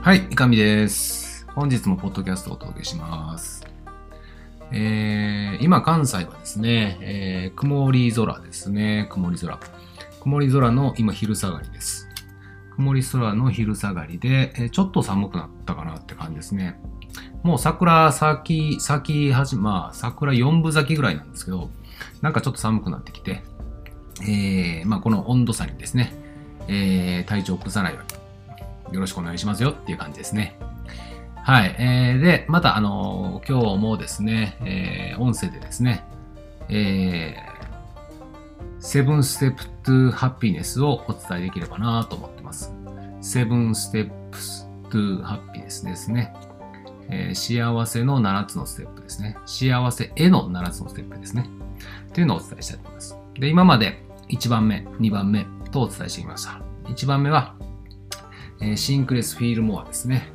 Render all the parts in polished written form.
はい、いかみです。本日もポッドキャストをお届けします。今、関西はですね、曇り空ですね。曇り空。曇り空の今、昼下がりです。曇り空の昼下がりで、ちょっと寒くなったかなって感じですね。もう桜桜4分咲きぐらいなんですけど、なんかちょっと寒くなってきて、この温度差にですね、体調を崩さないように、よろしくお願いしますよっていう感じですね。はい。で、また、今日もですね、音声でですね、7 Steps to Happiness をお伝えできればなと思ってます。7 Steps to Happiness ですね。幸せの7つのステップですね。幸せへの7つのステップですね。というのをお伝えしたいと思います。で、今まで1番目、2番目とお伝えしてきました。1番目は、シンクレスフィールモアですね。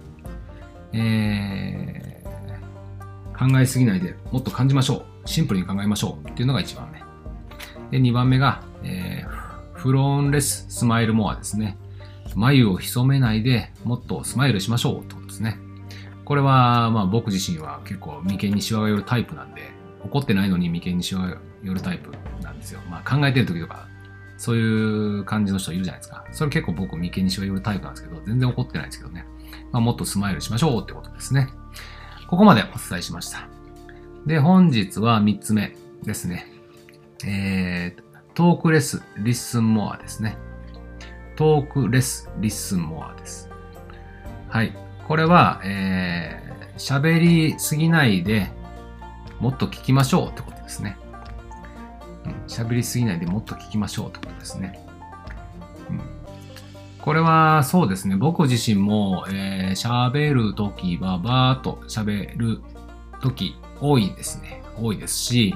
考えすぎないでもっと感じましょう。シンプルに考えましょうっていうのが1番目。で、2番目が、フローンレススマイルモアですね。眉を潜めないでもっとスマイルしましょうってことですね。これは、僕自身は結構眉間にシワが寄るタイプなんで、怒ってないのに眉間にシワが寄るタイプなんですよ。考えてる時とか、そういう感じの人いるじゃないですか。それ結構僕眉間にシワが寄るタイプなんですけど、全然怒ってないんですけどね。もっとスマイルしましょうってことですね。ここまでお伝えしました。で、本日は3つ目ですね。トークレスリッスンモアですね。トークレスリッスンモアです。はい。これは、喋りすぎないでもっと聞きましょうってことですね。喋りすぎないでもっと聞きましょうってことですね。これはそうですね。僕自身も喋るときはバーっと喋るとき多いですね。多いですし、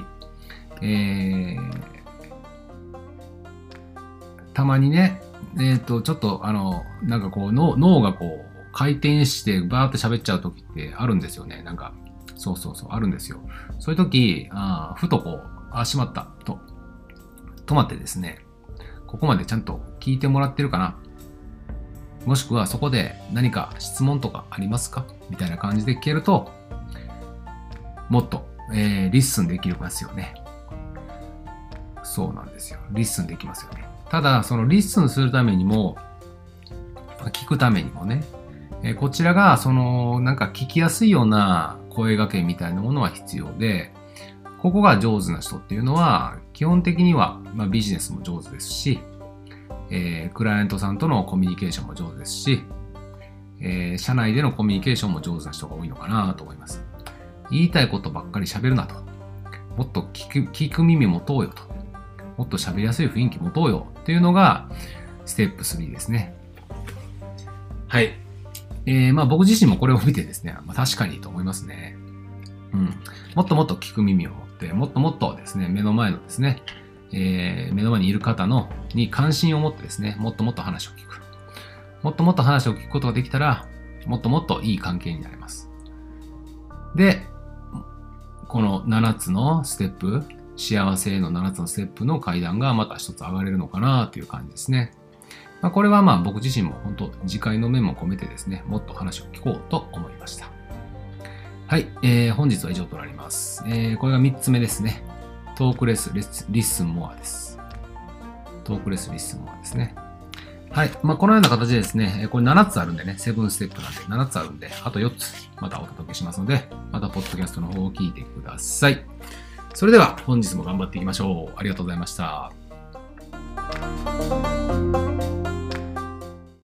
たまにね、ちょっとなんかこう脳がこう回転してバーって喋っちゃうときってあるんですよね。なんか、そう、あるんですよ。そういうとき、ふとこう、しまった、と、止まってですね、ここまでちゃんと聞いてもらってるかな。もしくはそこで何か質問とかありますかみたいな感じで聞けると、もっと、リッスンできますよね。そうなんですよ。リッスンできますよね。ただ、そのリッスンするためにも、聞くためにもね、こちらが、なんか聞きやすいような声掛けみたいなものは必要で、ここが上手な人っていうのは、基本的には、ビジネスも上手ですし、クライアントさんとのコミュニケーションも上手ですし、社内でのコミュニケーションも上手な人が多いのかなと思います。言いたいことばっかり喋るなと。もっと聞く耳持とうよと。もっと喋りやすい雰囲気持とうよっていうのが、ステップ3ですね。はい。僕自身もこれを見てですね、確かにと思いますね。もっともっと聞く耳を持って、もっともっとですね、目の前のですね、目の前にいる方に関心を持ってですね、もっともっと話を聞く。もっともっと話を聞くことができたら、もっともっといい関係になれます。で、この7つのステップ、幸せへの7つのステップの階段がまた一つ上がれるのかなという感じですね。これは僕自身も本当次回の面も込めてですね、もっと話を聞こうと思いました。はい、本日は以上となります。これが3つ目ですね。トークレスリッスンモアです。トークレスリッスンモアですね。はい。このような形でですね、これ7つあるんでね、7ステップなんで7つあるんで、あと4つまたお届けしますので、またポッドキャストの方を聞いてください。それでは本日も頑張っていきましょう。ありがとうございました。